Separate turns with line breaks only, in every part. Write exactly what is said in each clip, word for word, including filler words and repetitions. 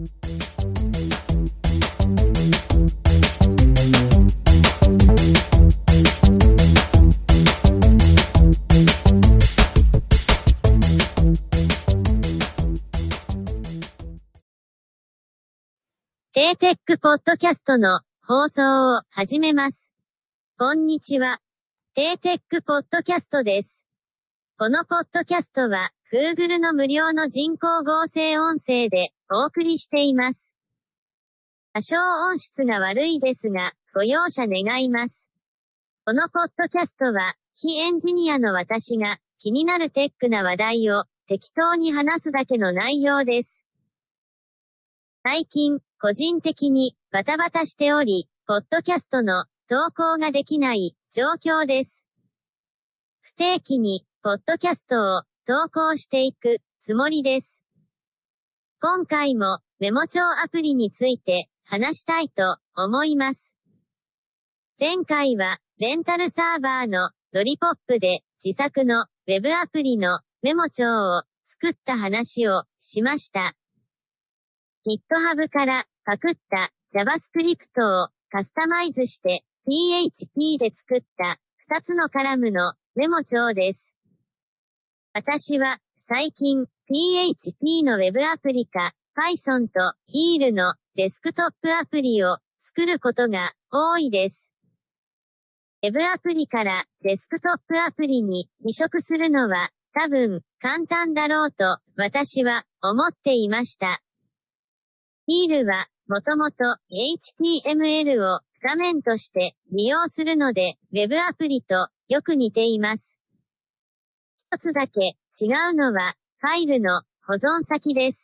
テーテックポッドキャストの放送を始めます。こんにちは。テーテックポッドキャストです。このポッドキャストは Google の無料の人工合成音声でお送りしています。多少音質が悪いですが、ご容赦願います。このポッドキャストは非エンジニアの私が気になるテックな話題を適当に話すだけの内容です。最近、個人的にバタバタしており、ポッドキャストの投稿ができない状況です。不定期にポッドキャストを投稿していくつもりです。今回もメモ帳アプリについて話したいと思います。前回はレンタルサーバーのロリポップで自作のウェブアプリのメモ帳を作った話をしました。GitHub からパクった JavaScript をカスタマイズして ピーエイチピー で作ったふたつのカラムのメモ帳です。私は最近 ピーエイチピー の Web アプリか Python と イール のデスクトップアプリを作ることが多いです。Web アプリからデスクトップアプリに移植するのは多分簡単だろうと私は思っていました。イール はもともと エイチティーエムエル を画面として利用するので Web アプリとよく似ています。一つだけ違うのはファイルの保存先です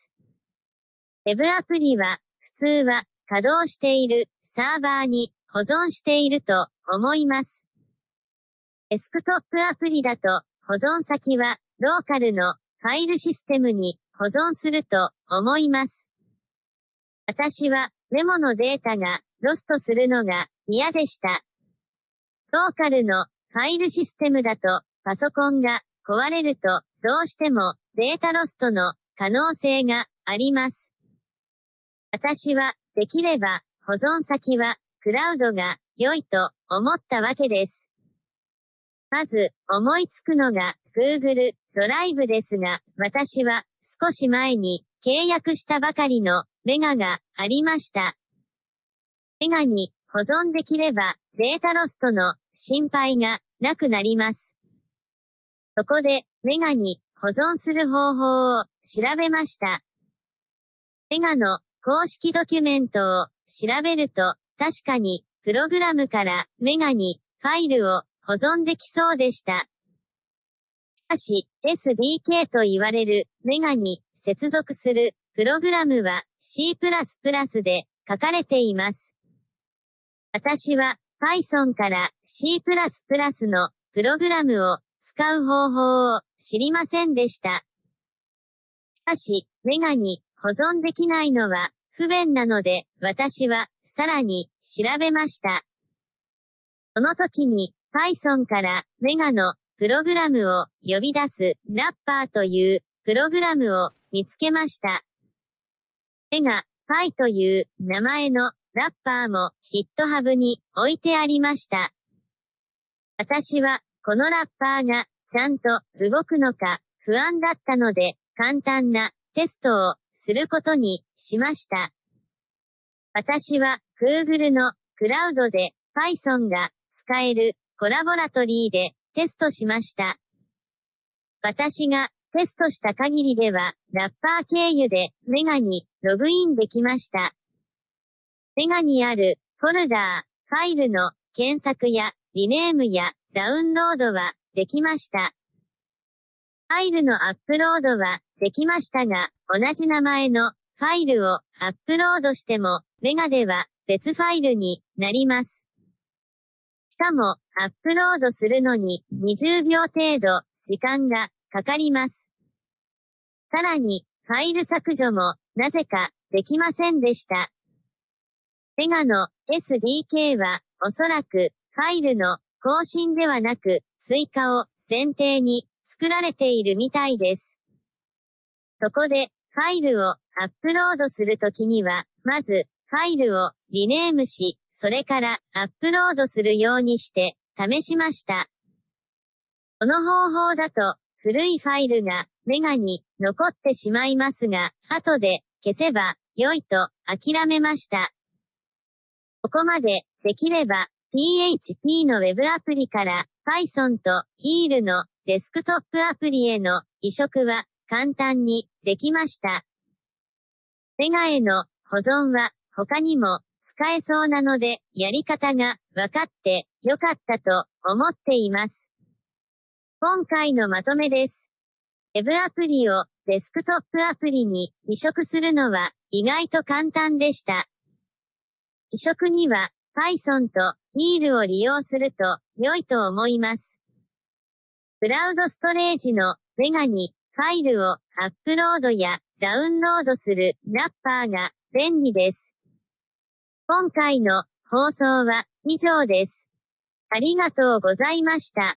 。Web アプリは普通は稼働しているサーバーに保存していると思います。デスクトップアプリだと保存先はローカルのファイルシステムに保存すると思います。私はメモのデータがロストするのが嫌でした。ローカルのファイルシステムだとパソコンが壊れるとどうしてもデータロストの可能性があります。私はできれば保存先はクラウドが良いと思ったわけです。まず思いつくのが Google ドライブですが、私は少し前に契約したばかりのメガがありました。メガに保存できればデータロストの心配がなくなります。そこでメガに保存する方法を調べました。メガの公式ドキュメントを調べると確かにプログラムからメガにファイルを保存できそうでした。しかし エスディーケー と言われるメガに接続するプログラムは シープラスプラス で書かれています。私は Python から シープラスプラス のプログラムを使う方法を知りませんでした。しかし、メガに保存できないのは不便なので私はさらに調べました。その時に Python からメガのプログラムを呼び出すラッパーというプログラムを見つけました。メガ、Py という名前のラッパーも GitHub に置いてありました。私はこのラッパーがちゃんと動くのか不安だったので簡単なテストをすることにしました。私は Google のクラウドで Python が使えるコラボラトリーでテストしました。私がテストした限りでは、ラッパー経由でメガにログインできました。メガにあるフォルダー、ファイルの検索やリネームやダウンロードはできました。ファイルのアップロードはできましたが、同じ名前のファイルをアップロードしても、メガでは別ファイルになります。しかも、アップロードするのににじゅうびょう程度時間がかかります。さらに、ファイル削除もなぜかできませんでした。メガの エスディーケー はおそらくファイルの更新ではなく追加を前提に作られているみたいです。そこでファイルをアッアップロードするときには、まず、ファイルをリネームし、それからアップロードするようにして試しました。この方法だと、古いファイルがメガに残ってしまいますが、後で消せば良いと諦めました。ここまでできれば ピーエイチピー の Web アプリから Python と イール のデスクトップアプリへの移植は簡単にできました。メガへの保存は他にも使えそうなのでやり方が分かってよかったと思っています。今回のまとめです。Web アプリをデスクトップアプリに移植するのは意外と簡単でした。移植には Python と イール を利用すると良いと思います。クラウドストレージのメガにファイルをアップロードやダウンロードするラッパーが便利です。今回の放送は以上です。ありがとうございました。